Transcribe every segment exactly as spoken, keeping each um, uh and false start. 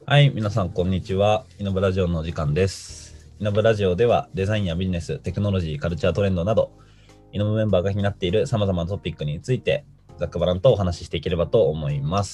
はい、皆さんこんにちは。イノブラジオのお時間です。イノブラジオではデザインやビジネス、テクノロジー、カルチャートレンドなど、イノブメンバーが気になっている様々なトピックについて、ざっくばらんとお話ししていければと思います。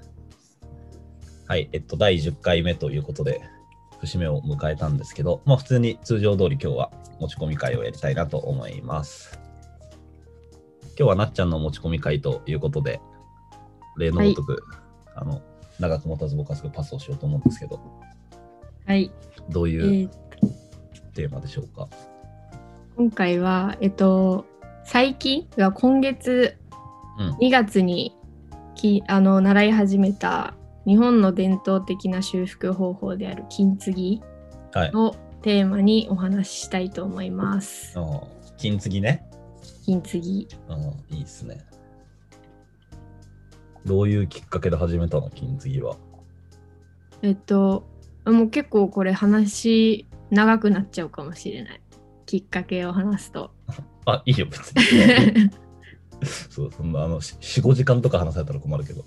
はい、えっと、だいじゅっかいめということで、節目を迎えたんですけど、まあ普通に通常通り今日は持ち込み会をやりたいなと思います。今日はなっちゃんの持ち込み会ということで、例のごとく、はい、あの、長く持たず僕はすぐパスをしようと思うんですけど、 はい、 どういうテーマでしょうか。 えー、今回は、えっと、最近が今月にがつにき、うん、あの習い始めた日本の伝統的な修復方法である金継ぎをテーマにお話ししたいと思います。 はい、金継ぎね。 金継ぎ。 うん、いいですね。どういうきっかけで始めたの、金継ぎは。 えっと、もう結構これ話長くなっちゃうかもしれない。きっかけを話すと。 あ、いいよ、別に。そう、そんな、あの、よん、ごじかんとか話されたら困るけど。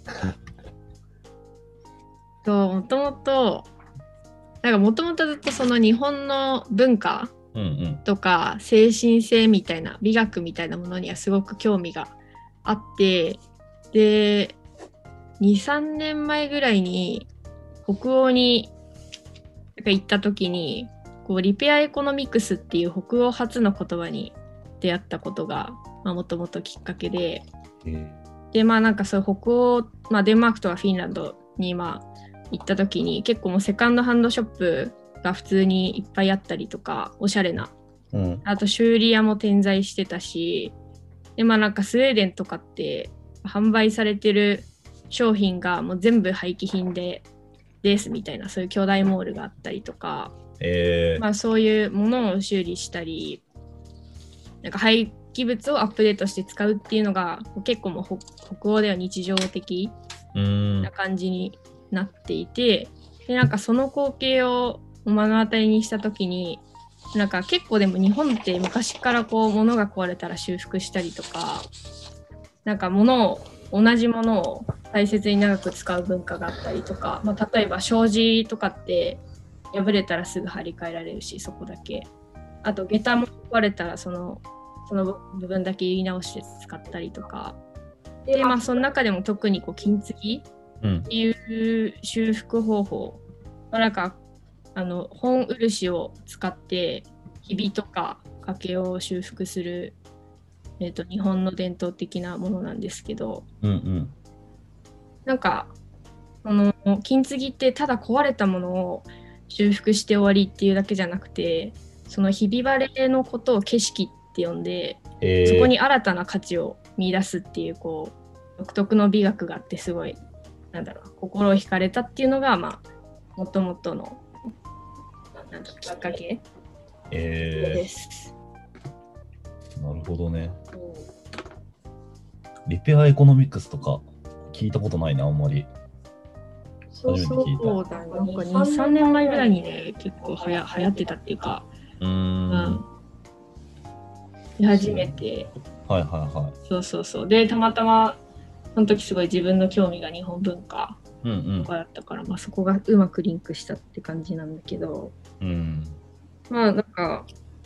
と、もともと、なんかもともとずっとその日本の文化とか精神性みたいな、美学みたいなものにはすごく興味があって、で、に、さんねんまえぐらいに北欧に行った時に、こうリペアエコノミクスっていう北欧初の言葉に出会ったことがもともときっかけで、で、まあなんかそういう北欧、まあ、デンマークとかフィンランドにまあ行った時に結構もうセカンドハンドショップが普通にいっぱいあったりとか、おしゃれな、うん、あと修理屋も点在してたし、でまあなんかスウェーデンとかって販売されてる商品がもう全部廃棄品でですみたいな、そういう巨大モールがあったりとか、えーまあ、そういうものを修理したり、なんか廃棄物をアップデートして使うっていうのが結構もう北欧では日常的な感じになっていて、でなんかその光景を目の当たりにした時に、なんか結構でも日本って昔からこう物が壊れたら修復したりとか、なんか物を同じものを大切に長く使う文化があったりとか、まあ、例えば障子とかって破れたらすぐ張り替えられるし、そこだけ、あと下駄も壊れたらそのその部分だけ言い直して使ったりとかで、まあその中でも特にこう金継ぎっていう修復方法、うん、なんかあの本漆を使ってひびとか欠けを修復する、えーと、日本の伝統的なものなんですけど、うんうん、なんかあの金継ぎってただ壊れたものを修復して終わりっていうだけじゃなくて、そのひび割れのことを景色って呼んで、えー、そこに新たな価値を見出すっていう、こう独特の美学があって、すごいなんだろう、心を惹かれたっていうのがまあもともとのなんかきっかけです。 えー、なるほどね。リペアエコノミクスとか聞いたことないな、あんまり。 そうそうだね。なんかに、さんねんまえぐらいにね、結構はや流行ってたっていうか、うーん、うん、見始めて、 はいはいはい。 そうそうそう。で、たまたまその時すごい自分の興味が日本文化とかだったから、うんうん、まあ、そこがうまくリンクしたって感じなんだけど、うん、まあなんか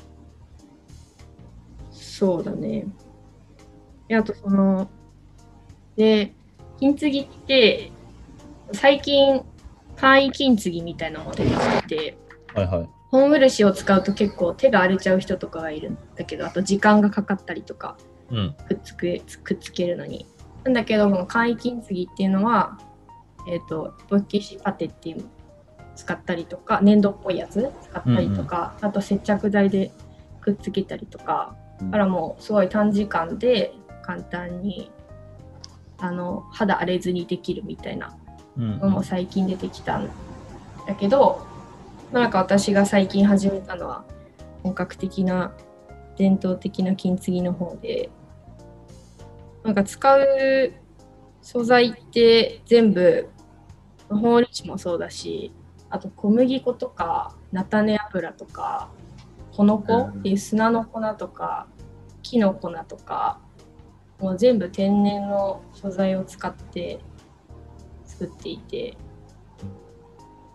そうだね。で、あとそので金継ぎって最近簡易金継ぎみたいなのも出てきて、はいはい、本漆を使うと結構手が荒れちゃう人とかがいるんだけど、あと時間がかかったりとか、うん、くっつくくっつけるのになんだけど、この簡易金継ぎっていうのは、えーと、ボッキシパテっていうの使ったりとか、粘土っぽいやつ使ったりとか、うんうん、あと接着剤でくっつけたりとか、だからもうすごい短時間で簡単にあの肌荒れずにできるみたいなのも最近出てきたんだけど、うんうん、なんか私が最近始めたのは本格的な伝統的な金継ぎの方で、なんか使う素材って全部本漆もそうだし、あと小麦粉とか菜種油とか粉粉っていう砂の粉とか木の粉とか、もう全部天然の素材を使って作っていて、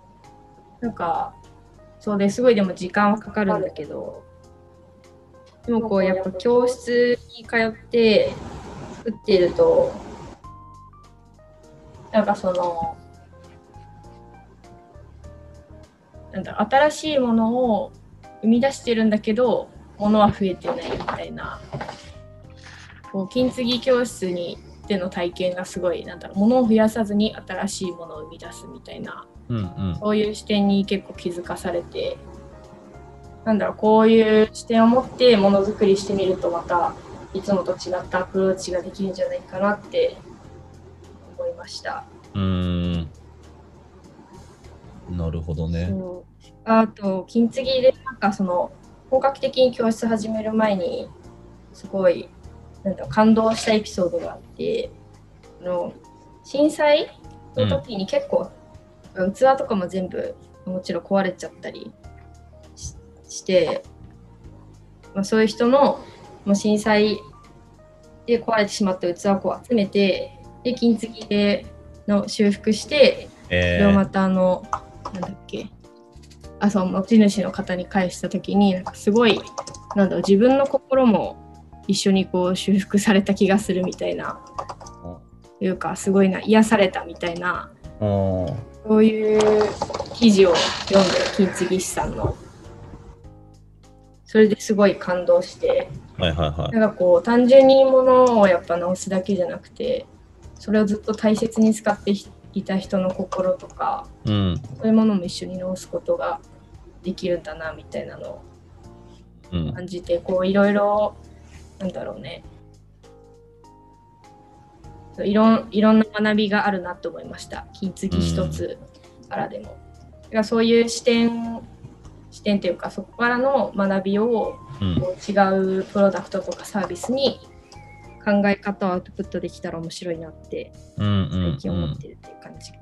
なんかそうですごいでも時間はかかるんだけど、でもこうやっぱ教室に通って作っているとなんかそのなんだ新しいものを生み出してるんだけど物は増えてないみたいな、こう金継ぎ教室にでの体験がすごいなんだろう、物を増やさずに新しいものを生み出すみたいな、うんうん、そういう視点に結構気づかされて、なんだろう、こういう視点を持ってものづくりしてみるとまたいつもと違ったアプローチができるんじゃないかなって思いました。 うーん、なるほどね。 そう、あと金継ぎでなんかその本格的に教室始める前にすごいなんだろう感動したエピソードがあって、あの震災の時に結構、うん、器とかも全部もちろん壊れちゃったり し, して、まあ、そういう人のもう震災で壊れてしまった器をこう集めて、で金継ぎでの修復して、えー、それをまたあのなんだっけあそう持ち主の方に返した時になんかすごいなんだろう自分の心も一緒にこう修復された気がするみたいな、というかすごいな癒されたみたいな、そういう記事を読んで金継ぎ師さんの、それですごい感動して、 はいはいはい、 なんかこう単純に物をやっぱ直すだけじゃなくて、それをずっと大切に使っていた人の心とか、うん、そういうものも一緒に直すことができるんだなみたいなのを感じて、うん、こういろいろなんだろうね、いろん、いろんな学びがあるなと思いました。金継ぎ一つからでも、だからそういう視点視点というかそこからの学びを、うん、こう違うプロダクトとかサービスに考え方をアウトプットできたら面白いなって最近思ってるっていう感じか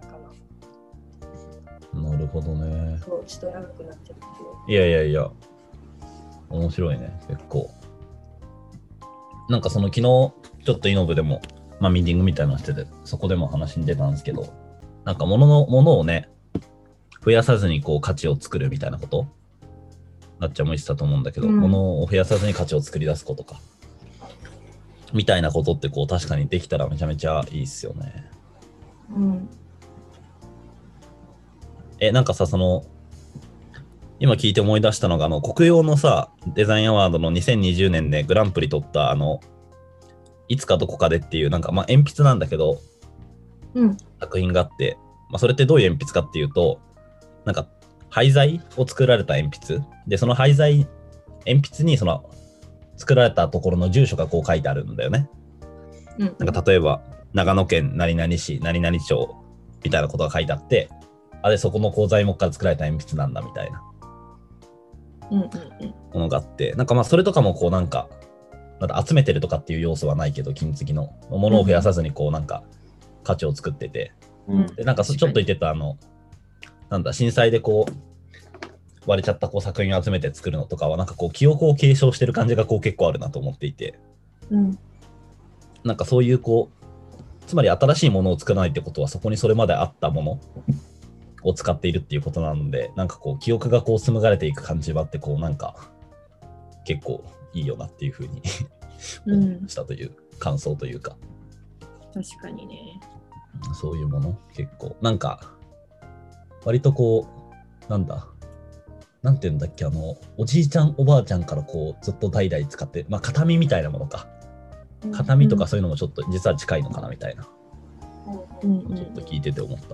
な。 なるほどね。 そうちょっと長くなっちゃって。 いやいやいや面白いね結構。なんかその昨日ちょっとイノブでも、まあ、ミーティングみたいなのしててそこでも話に出たんですけど、なんか物の物をね増やさずにこう価値を作るみたいなことなっちゃんも言ってたと思うんだけど、うん、物を増やさずに価値を作り出すことかみたいなことってこう確かにできたらめちゃめちゃいいっすよね。うん、えなんかさその今聞いて思い出したのがあの国用のさデザインアワードのにせんにじゅうねんでグランプリ取ったあのいつかどこかでっていうなんかまあ鉛筆なんだけど、うん、作品があって、まあ、それってどういう鉛筆かっていうとなんか廃材を作られた鉛筆でその廃材鉛筆にその作られたところの住所がこう書いてあるんだよね、うん、なんか例えば長野県何々市何々町みたいなことが書いてあってあれそこのこう材木から作られた鉛筆なんだみたいなものがあって、なんかまあそれとかもこうなんかなんか集めてるとかっていう要素はないけど金継ぎのものを増やさずにこうなんか価値を作ってて、うん、でなんかちょっと言ってたあのなんだ震災でこう割れちゃったこう作品を集めて作るのとかはなんかこう記憶を継承してる感じがこう結構あるなと思っていて、うん、なんかそういうこうつまり新しいものを作らないってことはそこにそれまであったものを使っているっていうことなので、なんかこう記憶がこう紡がれていく感じはあってこうなんか結構いいよなっていうふうに思いしたという感想というか、 うん、確かにねそういうもの結構なんか割とこうなんだなんていうんだっけあのおじいちゃんおばあちゃんからこうずっと代々使ってまあ形見みたいなものか、うん、形見とかそういうのもちょっと実は近いのかなみたいな、うん、ちょっと聞いてて思った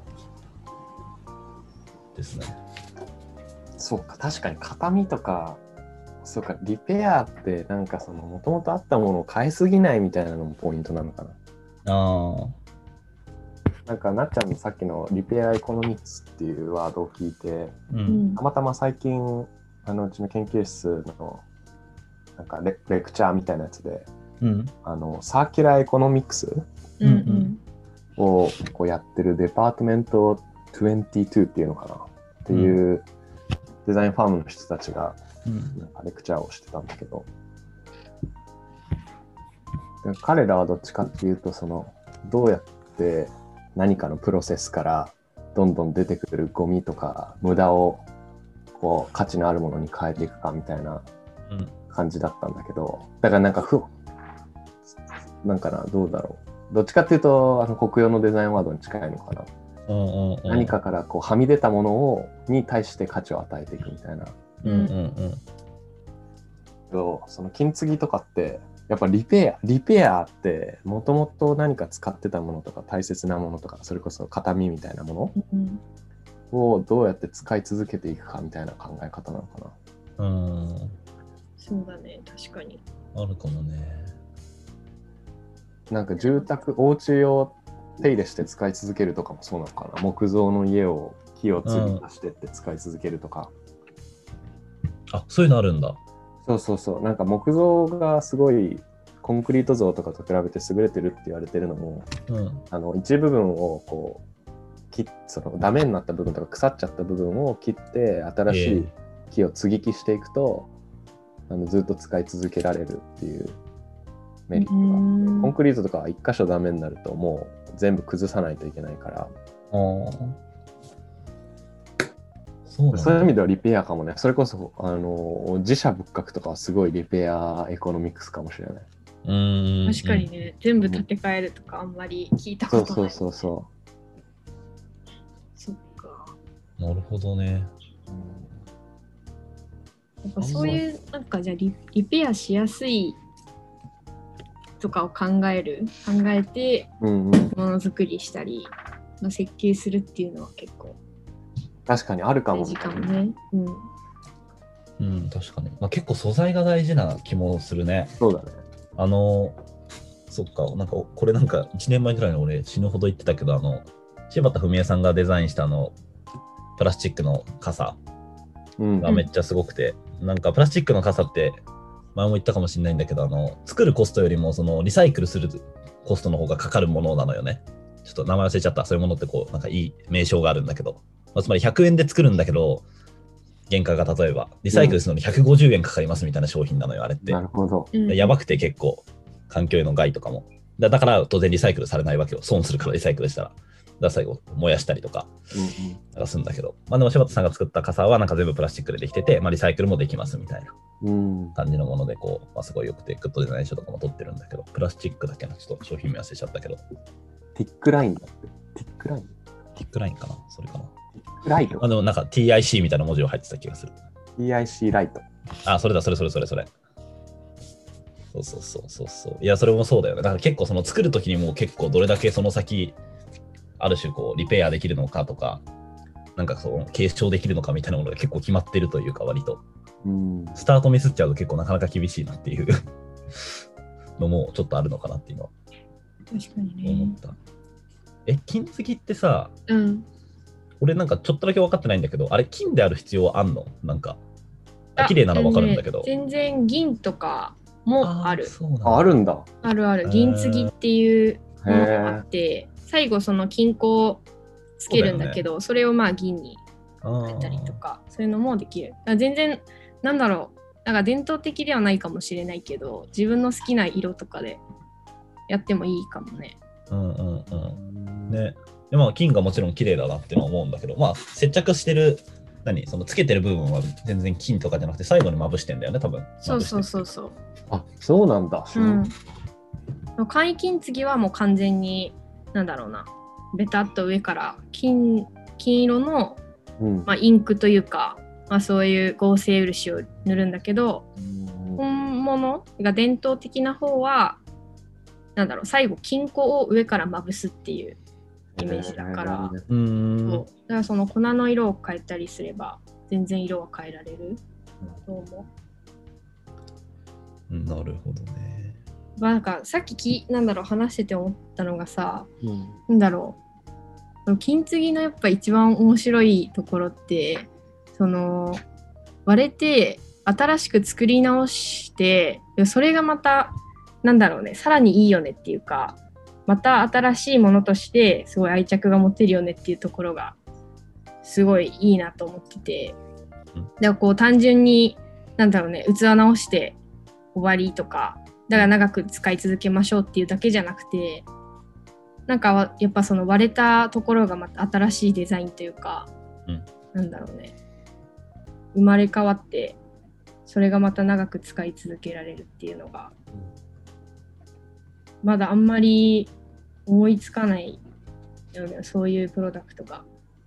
ですね。 そうか確かに形見とかそうかリペアってなんかそのもともとあったものを変えすぎないみたいなのもポイントなのかな。あなんかなっちゃんのさっきのリペアエコノミクスっていうワードを聞いて、うん、たまたま最近あのうちの研究室のなんか レ, レクチャーみたいなやつで、うん、あのサーキュラーエコノミクスをこうやってるデパートメントにじゅうにっていうのかなっていうデザインファームの人たちがなんかレクチャーをしてたんだけど、うん、彼らはどっちかっていうとそのどうやって何かのプロセスからどんどん出てくるゴミとか無駄をこう価値のあるものに変えていくかみたいな感じだったんだけど、だからなんかふなんかなどうだろう、どっちかっていうとあの国用のデザインワードに近いのかな、うんうんうん、何かからこうはみ出たものをに対して価値を与えていくみたいな、うんうんうん、その金継ぎとかってやっぱリペアリペアってもともと何か使ってたものとか大切なものとかそれこそ形見みたいなものをどうやって使い続けていくかみたいな考え方なのかな。うん、 そうだね、確かにあるかもね。 なんか住宅お家を手入れして使い続けるとかもそうなのかな。木造の家を木を継ぎ足してって使い続けるとか、 うん、あ、そういうのあるんだ。 そうそうそう、なんか木造がすごいコンクリート像とかと比べて優れてるって言われてるのも、うん、あの一部分をこう切そのダメになった部分とか腐っちゃった部分を切って新しい木を接ぎ木していくと、えー、あのずっと使い続けられるっていうメリットがあって、コンクリートとかは一箇所ダメになるともう全部崩さないといけないから、あそうそういう意味ではリペアかもね。それこそあの自社仏閣とかはすごいリペアエコノミクスかもしれない。 うーん、確かにね、全部建て替えるとかあんまり聞いたことない、ね、 そうそうそうそう。 そっか。 なるほどね。 やっぱそういうなんかじゃあ リ, リペアしやすいとかを考える考えてものづくりしたり、まあ、設計するっていうのは結構確かにあるかも。 時間ね。うん。 うん、確かに。まあ、結構素材が大事な気もするね。 そうだね。 あの、そっか、なんかこれなんかいちねんまえくらいの俺死ぬほど言ってたけど、あの、柴田文江さんがデザインしたあの、プラスチックの傘がめっちゃすごくて、うん、なんかプラスチックの傘って前も言ったかもしれないんだけど、あの、作るコストよりもそのリサイクルするコストの方がかかるものなのよね。ちょっと名前忘れちゃった。そういうものってこう、なんかいい名称があるんだけど、まあ、つまりひゃくえんで作るんだけど、原価が例えばリサイクルするのにひゃくごじゅうえんかかりますみたいな商品なのよ、あれって。 なるほど。 やばくて結構、環境への害とかも。だ, だから当然リサイクルされないわけよ。損するからリサイクルしたら。だから最後燃やしたりとか、うんうん、するんだけど。まあでも柴田さんが作った傘はなんか全部プラスチックでできてて、まあ、リサイクルもできますみたいな感じのもので、こう、まあ、すごい良くて、グッドデザイン賞とかも取ってるんだけど、プラスチックだけな、ちょっと商品名忘れちゃったけど。 ティックラインだって。ティックラインティックラインかなそれかなライトあの、なんか ティーアイシー みたいな文字が入ってた気がする。 ティーアイシー ライト。 あ、それだ、それそれそれそれ。そうそうそうそうそう。いや、それもそうだよね。だから結構その作るときにもう結構どれだけその先、ある種こうリペアできるのかとか、なんかその継承できるのかみたいなものが結構決まってるというか、割と。うん、スタートミスっちゃうと結構なかなか厳しいなっていうのもちょっとあるのかなっていうのは確かにね思った。え、金継ぎってさ、 うん、 俺なんかちょっとだけ分かってないんだけど、あれ金である必要あんの？なんか綺麗なの分かるんだけど、 ね、全然銀とかもある。 あ, あ, あるんだ。 あるある。銀継ぎっていうものがあって、最後その金庫をつけるんだけど、 そ, ね、それをまあ銀に変えたりとか、そういうのもできる。全然なんだろう、なんか伝統的ではないかもしれないけど、自分の好きな色とかでやってもいいかもね。 うんうんうん。ね。でまあ金がもちろん綺麗だなってのは思うんだけど、まあ接着してる何そのつけてる部分は全然金とかじゃなくて最後にまぶしてんだよね多分。 そうそうそうそう。 あ、そうなんだ。 うん。簡易金継ぎはもう完全になんだろうな、ベタっと上から金金色の、うんまあ、インクというか、まあ、そういう合成漆を塗るんだけど、うん、本物が伝統的な方はなんだろう、最後金粉を上からまぶすっていうイメージだから、えー、うんそうだからその粉の色を変えたりすれば全然色は変えられると思う。なるほどね。 まあ、なんかさっききなんだろう話してて思ったのがさ、うん、なんだろう金継ぎのやっぱ一番面白いところってその割れて新しく作り直してそれがまたなんだろうね、さらにいいよねっていうか、また新しいものとしてすごい愛着が持てるよねっていうところがすごいいいなと思ってて、だからこう単純になんだろうね、器直して終わりとかだから長く使い続けましょうっていうだけじゃなくて、 なんかやっぱその割れたところがまた新しいデザインというか、うん、なんだろうね、生まれ変わってそれがまた長く使い続けられるっていうのが、うん、まだあんまり思いつかないよね、そういうプロダクトが。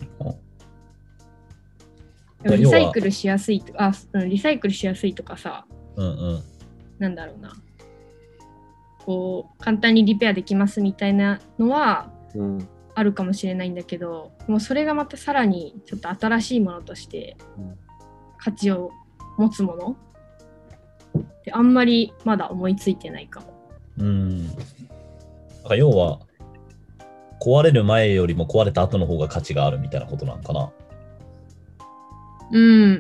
リサイクルしやすいとか、あ、リサイクルしやすいとかさ、うんうん、なんだろうな、こう簡単にリペアできますみたいなのはあるかもしれないんだけど、うん、もうそれがまたさらにちょっと新しいものとして価値を持つものってあんまりまだ思いついてないかも。 うん。なんか要は壊れる前よりも壊れた後の方が価値があるみたいなことなんかな。 うん。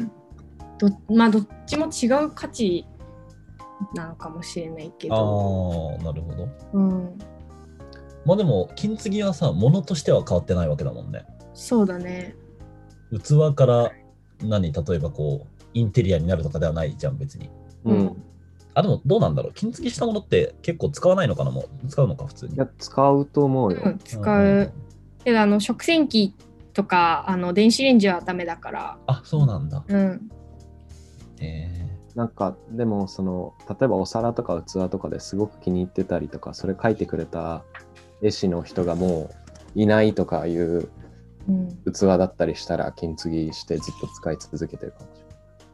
どまあどっちも違う価値なのかもしれないけど。 ああ、なるほど。うん。まあでも金継ぎはさ、物としては変わってないわけだもんね。 そうだね。 器から何、例えばこうインテリアになるとかではないじゃん別に。うん。あ、でもどうなんだろう、金継ぎしたものって結構使わないのかな、もう使うのか普通に。 いや使うと思うよ。 うん、使う。けどあの食洗機とかあの電子レンジはダメだから。 あ、そうなんだ。うん。 えー、なんかでもその例えばお皿とか器とかですごく気に入ってたりとか、それ描いてくれた絵師の人がもういないとかいう器だったりしたら金継ぎしてずっと使い続けてるかもしれない。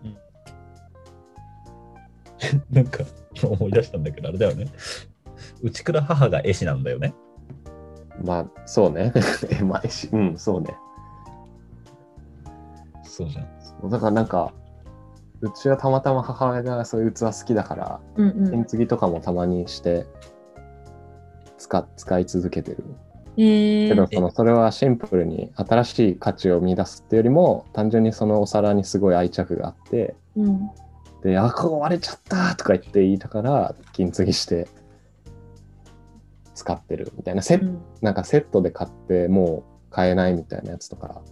なんか今思い出したんだけど、あれだよね。内倉母が絵師なんだよね。 まあそうね。まあ絵師、うん、そうね。 そうじゃん。 だからなんかうちはたまたま母親がそういう器好きだから、うんうん、金継ぎとかもたまにして使使い続けてる。えー、けどそのそれはシンプルに新しい価値を見出すっていうよりも、単純にそのお皿にすごい愛着があって、うん、で、あ、ここ割れちゃったとか言って言いたから金継ぎして使ってるみたいな、セ、うん、なんかセットで買ってもう買えないみたいなやつとか。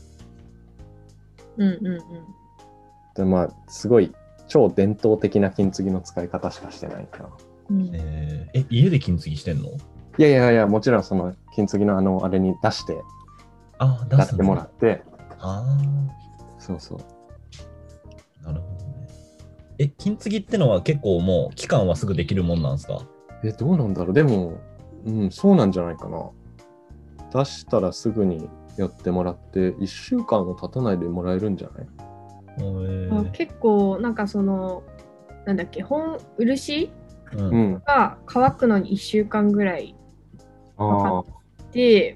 うんうんうん。で、まあすごい超伝統的な金継ぎの使い方しかしてないから。 うん、えー、え、家で金継ぎしてんの？ いやいやいや、もちろんその金継ぎのあのあれに出して、あ、出してもらって、ああ、そうそう。 なるほどね。え、金継ぎってのは結構もう期間はすぐできるもんなんですか？ え、どうなんだろう。でも、うん、そうなんじゃないかな。出したらすぐにやってもらって、いっしゅうかんも経たないでもらえるんじゃない？ えー、結構なんかそのなんだっけ、本漆、うん、が乾くのにいっしゅうかんぐらいかかって、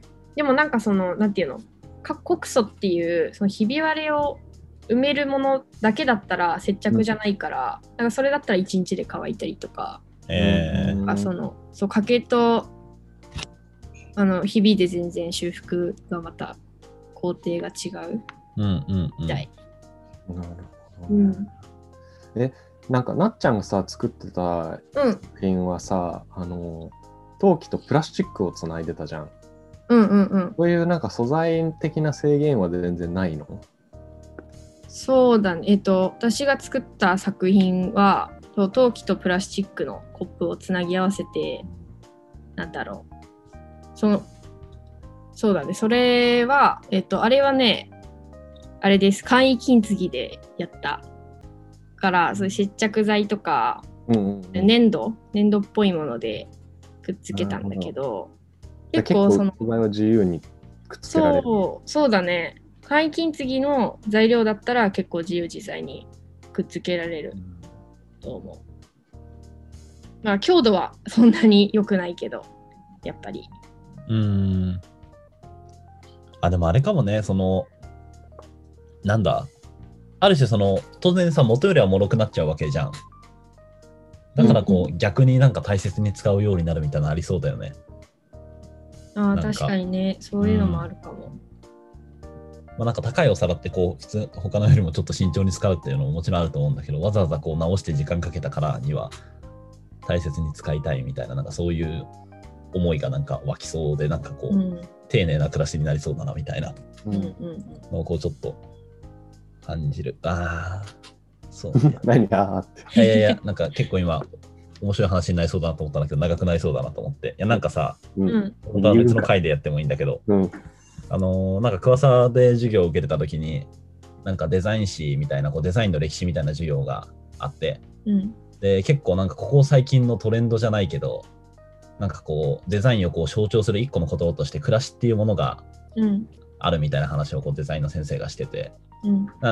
でもなんかそのなんていうの、告訴っていうそのひび割れを埋めるものだけだったら接着じゃないから、うん、だからそれだったらいちにちで乾いたりとか、えー、そのそう掛けとあのひびで全然修復がまた工程が違うみたい。 なるほど、ね、うん、え、なんかなっちゃんがさ作ってた作品はさ、うん、あの陶器とプラスチックをつないでたじゃん。うんうんうん。そういうなんか素材的な制限は全然ないの？ そうだね。えっと私が作った作品は陶器とプラスチックのコップをつなぎ合わせて、なんだろう。そのそうだね。それはえっとあれはね、あれです。簡易金継ぎでやったから、そういう接着剤とか、うんうんうん、粘土粘土っぽいものでくっつけたんだけど、 結構その素材は自由にくっつけられる。 そうそうだね。簡易金継ぎの材料だったら結構自由自在にくっつけられると思う。まあ強度はそんなに良くないけど、やっぱり。うーん。 あ、でもあれかもね、そのなんだ、ある種その当然さ、元よりは脆くなっちゃうわけじゃん。だからこう、うんうん、逆になんか大切に使うようになるみたいなのありそうだよね。 ああ、確かにね、そういうのもあるかも。うん、 まあ、なんか高いお皿ってこう普通他のよりもちょっと慎重に使うっていうのももちろんあると思うんだけど、わざわざこう直して時間かけたからには大切に使いたいみたいな、なんかそういう思いがなんか湧きそうで、なんかこう、うん、丁寧な暮らしになりそうだなみたいなのをこうちょっと感じる。ああ、そう、ね。 何だって。 いやいやいや、なんか結構今面白い話になりそうだなと思ったんだけど長くなりそうだなと思って、いやなんかさ、 うん、 本当は別の回でやってもいいんだけど、うん、あのー、なんか桑沢で授業を受けてた時になんかデザイン誌みたいなこうデザインの歴史みたいな授業があって、うん、で結構なんかここ最近のトレンドじゃないけどなんかこうデザインをこう象徴する一個の言葉として暮らしっていうものがあるみたいな話をこうデザインの先生がしてて、うん、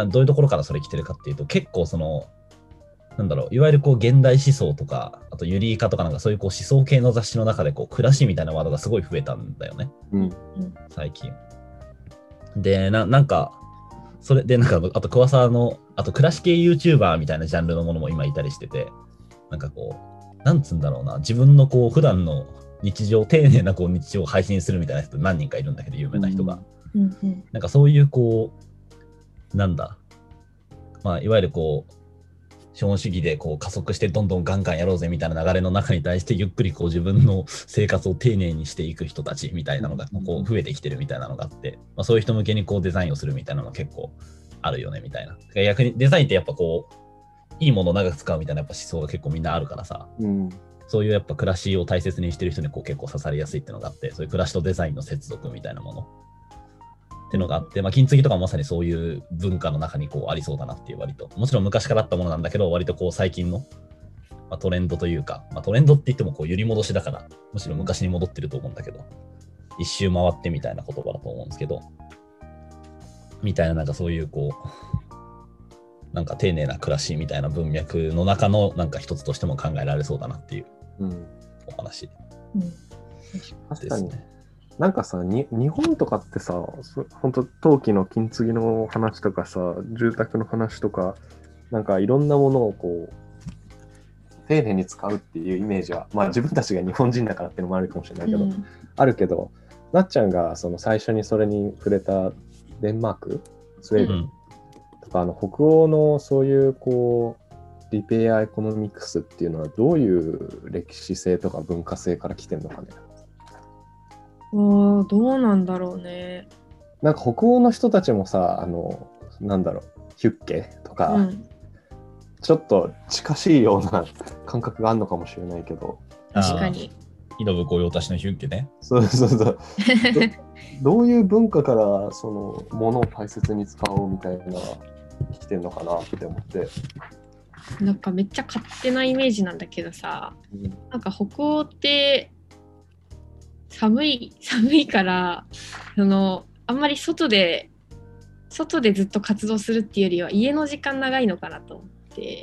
どういうところからそれ来てるかっていうと結構そのなんだろういわゆるこう現代思想とかあとユリイカとかなんかそういうこう思想系の雑誌の中でこう暮らしみたいなワードがすごい増えたんだよね、うん、最近で な, なんかそれでなんかあと桑沢のあと暮らし系 YouTuber みたいなジャンルのものも今いたりしててなんかこうなんつうんだろうな自分のこう普段の日常丁寧なこう日常を配信するみたいな人何人かいるんだけど有名な人が、うんうん、なんかそういうこうなんだまあいわゆるこう資本主義でこう加速してどんどんガンガンやろうぜみたいな流れの中に対してゆっくりこう自分の生活を丁寧にしていく人たちみたいなのがこう増えてきてるみたいなのがあって、まあ、そういう人向けにこうデザインをするみたいなのが結構あるよねみたいな。逆にデザインってやっぱこういいものを長く使うみたいなやっぱ思想が結構みんなあるからさ、うん、そういうやっぱ暮らしを大切にしてる人にこう結構刺さりやすいっていうのがあって、そういう暮らしとデザインの接続みたいなものっていうのがあって、まあ、金継ぎとかもまさにそういう文化の中にこうありそうだなっていう割と、もちろん昔からあったものなんだけど、割とこう最近の、まあ、トレンドというか、まあ、トレンドって言ってもこう揺り戻しだから、むしろ昔に戻ってると思うんだけど、一周回ってみたいな言葉だと思うんですけど、みたいななんかそういうこう、なんか丁寧な暮らしみたいな文脈の中のなんか一つとしても考えられそうだなっていうお話ですね。 なんかさに日本とかってさ本当陶器の金継ぎの話とかさ住宅の話とかなんかいろんなものをこう丁寧に使うっていうイメージはまあ自分たちが日本人だからっていうのもあるかもしれないけど、うん、あるけどなっちゃんがその最初にそれに触れたデンマークスウェーデンとか、うん、あの北欧のそういうこうリペアエコノミクスっていうのはどういう歴史性とか文化性から来てるのかね。 おどうなんだろうね。 なんか北欧の人たちもさあのなんだろうヒュッケとか、うん、ちょっと近しいような感覚があるのかもしれないけど確かに井戸御用達のヒュッケね。 そうそうそうど, どういう文化からそのものを大切に使おうみたいな来てるのかなって思って、 なんかめっちゃ勝手なイメージなんだけどさ、うん、なんか北欧って寒い寒いからそのあんまり外で外でずっと活動するっていうよりは家の時間長いのかなと思って、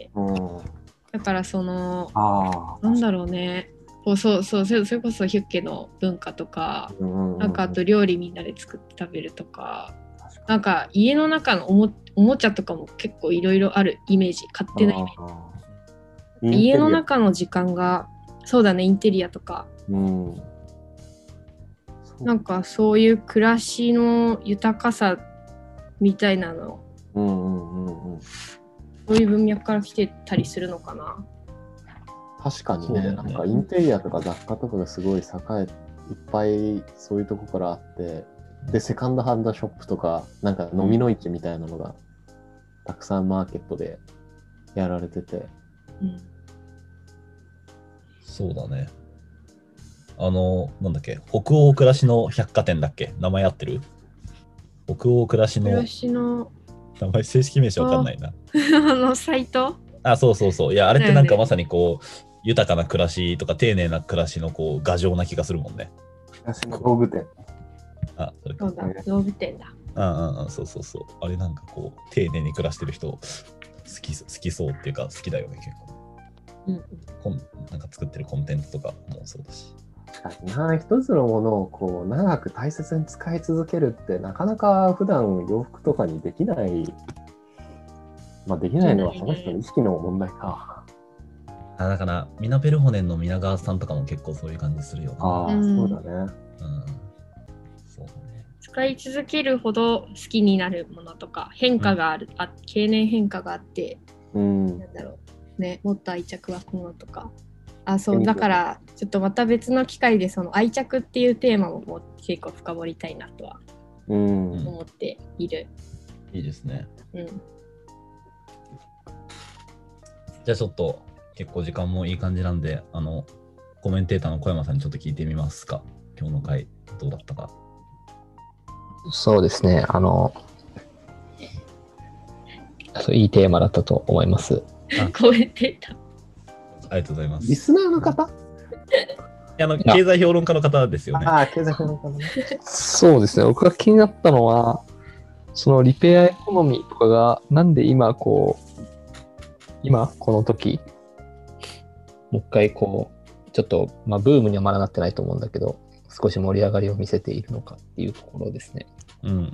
うん、だからそのあなんだろうねそうそうそれこそヒュッケの文化とか、うん、なんかあと料理みんなで作って食べるとか、なんか家の中のお も, おもちゃとかも結構いろいろあるイメージ勝手なイメージ。家の中の時間がそうだねインテリアとか、うんなんかそういう暮らしの豊かさみたいなの、うんうんうんうん、そういう文脈から来てたりするのかな。 確かに ね, ねなんかインテリアとか雑貨とかがすごい栄えいっぱいそういうとこからあってでセカンドハンドショップとかなんか飲みの市みたいなのがたくさんマーケットでやられてて、うん、 そうだねあの、なんだっけ、北欧暮らしの百貨店だっけ名前合ってる北欧暮らしの、 暮らしの名前正式名称わかんないな。 あの、サイトあ、そうそうそう。いや、あれってなんかまさにこう、ね、豊かな暮らしとか丁寧な暮らしのこう、牙城な気がするもんね。 暮らしの道具店。 あ、それか。そうだ、道具店だ。 ああ、そうそうそう。あれなんかこう、丁寧に暮らしてる人、好き、好きそうっていうか、好きだよね、結構。うん。なんか作ってるコンテンツとかもそうだし。 確かにな、一つのものをこう長く大切に使い続けるってなかなか普段洋服とかにできない、まあできないのはその人の意識の問題か。 あだからミナペルホネンの皆川さんとかも結構そういう感じするよね。 ああ、うん、そうだね。うん、 そうだね。使い続けるほど好きになるものとか変化がある、うん、あ経年変化があって、うん、なんだろうね、もっと愛着湧くものとか。あそうだからちょっとまた別の機会でその愛着っていうテーマももう結構深掘りたいなとは思っている。 いいですね。うん。じゃあちょっと結構時間もいい感じなんで、あのコメンテーターの小山さんにちょっと聞いてみますか。今日の回どうだったか。 そうですね。あの、いいテーマだったと思います。 コメンテーター。 ありがとうございます。 リスナーの方？ あの経済評論家の方ですよね。 ああ、経済評論家のね。 そうですね。僕が気になったのは、そのリペアエコノミーとかが、なんで今こう、今この時、もう一回こう、ちょっと、まあ、ブームにはまだなってないと思うんだけど、少し盛り上がりを見せているのかっていうところですね。 うんうんうん。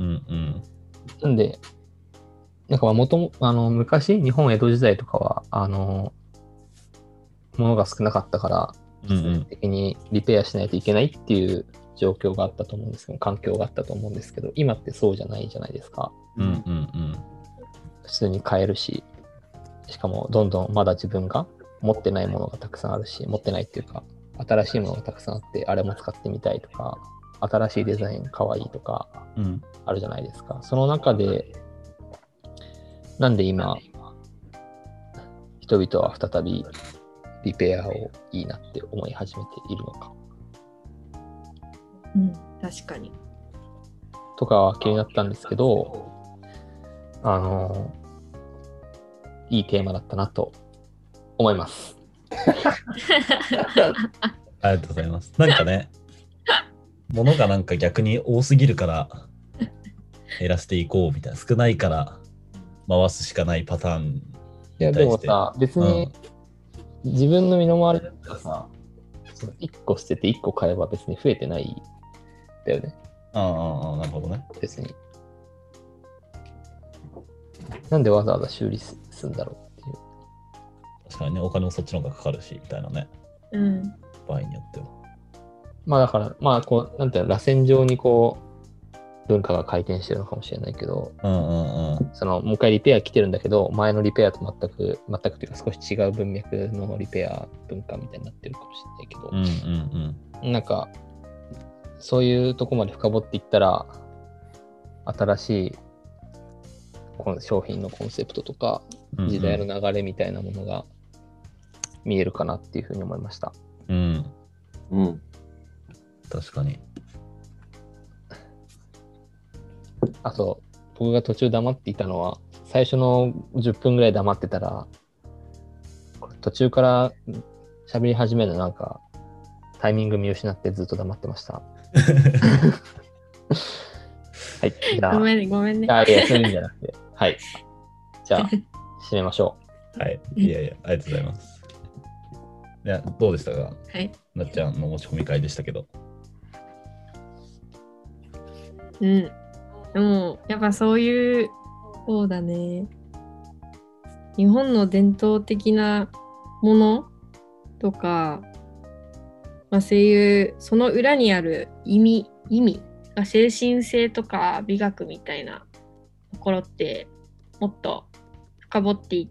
なんで、なんかまあ元も、あの、昔、日本江戸時代とかは、あの、ものが少なかったから、必然的にリペアしないといけないっていう状況があったと思うんですけど、環境があったと思うんですけど、今ってそうじゃないじゃないですか。 うんうんうん。 普通に買えるし、しかもどんどんまだ自分が持ってないものがたくさんあるし、持ってないっていうか、新しいものがたくさんあって、あれも使ってみたいとか、新しいデザインかわいいとか、あるじゃないですか。うん、その中で、なんで今、人々は再びリペアをいいなって思い始めているのか。 うん、確かに。 とかは気になったんですけど、あの、いいテーマだったなと思います。 ありがとうございます。なんかね、物がなんか逆に多すぎるから減らしていこうみたいな、少ないから回すしかないパターンに対して。 いやでもさ、別に自分の身の回りだったらさ、いっこ捨てていっこ買えば別に増えてないだよね。 ああ、ああ、なるほどね。 別に。なんでわざわざ修理するんだろうっていう。 確かにね、お金もそっちの方がかかるし、みたいなね。 うん。 場合によっては。 まあだから、まあこう、なんていうの、螺旋状にこう、文化が回転してるのかもしれないけど、 うんうんうん。 その、もう一回リペア来てるんだけど、前のリペアと全く、全くというか少し違う文脈のリペア文化みたいになってるかもしれないけど、 うんうんうん、なんか、そういうとこまで深掘っていったら、新しいこの商品のコンセプトとか、時代の流れみたいなものが見えるかなっていうふうに思いました。 うん。 うん。 確かに。 あと、僕が途中黙っていたのは、最初のじゅっぷんぐらい黙ってたら、途中から喋り始めるのなんか、タイミング見失ってずっと黙ってました。はい。じゃあ、 ごめんね、ごめんね。 あ、いや、そういうんじゃなくて。はい。じゃあ、締めましょう。はい。いやいや、ありがとうございます。いや、どうでしたか、 はい、 なっちゃんの持ち込み会でしたけど。 うん。でも、やっぱそういう、そうだね。日本の伝統的なものとか、まあ、そういう、その裏にある意味、意味が精神性とか美学みたいなところって、もっと深掘っていって、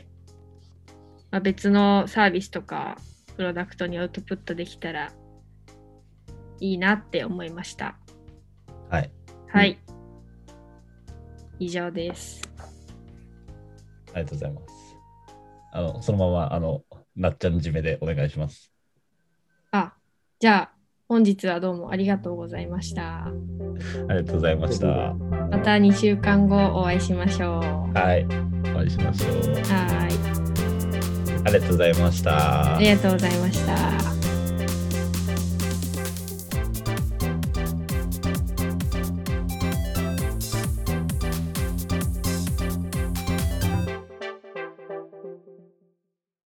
まあ、別のサービスとかプロダクトにアウトプットできたらいいなって思いました。 はい。 はい。うん、以上です。 ありがとうございます。あの、そのまま、あの、なっちゃん締めでお願いします。 あ、じゃあ、本日はどうもありがとうございました。 ありがとうございました。 またにしゅうかんごお会いしましょう。 はい。お会いしましょう。 はい。 ありがとうございました。 ありがとうございました。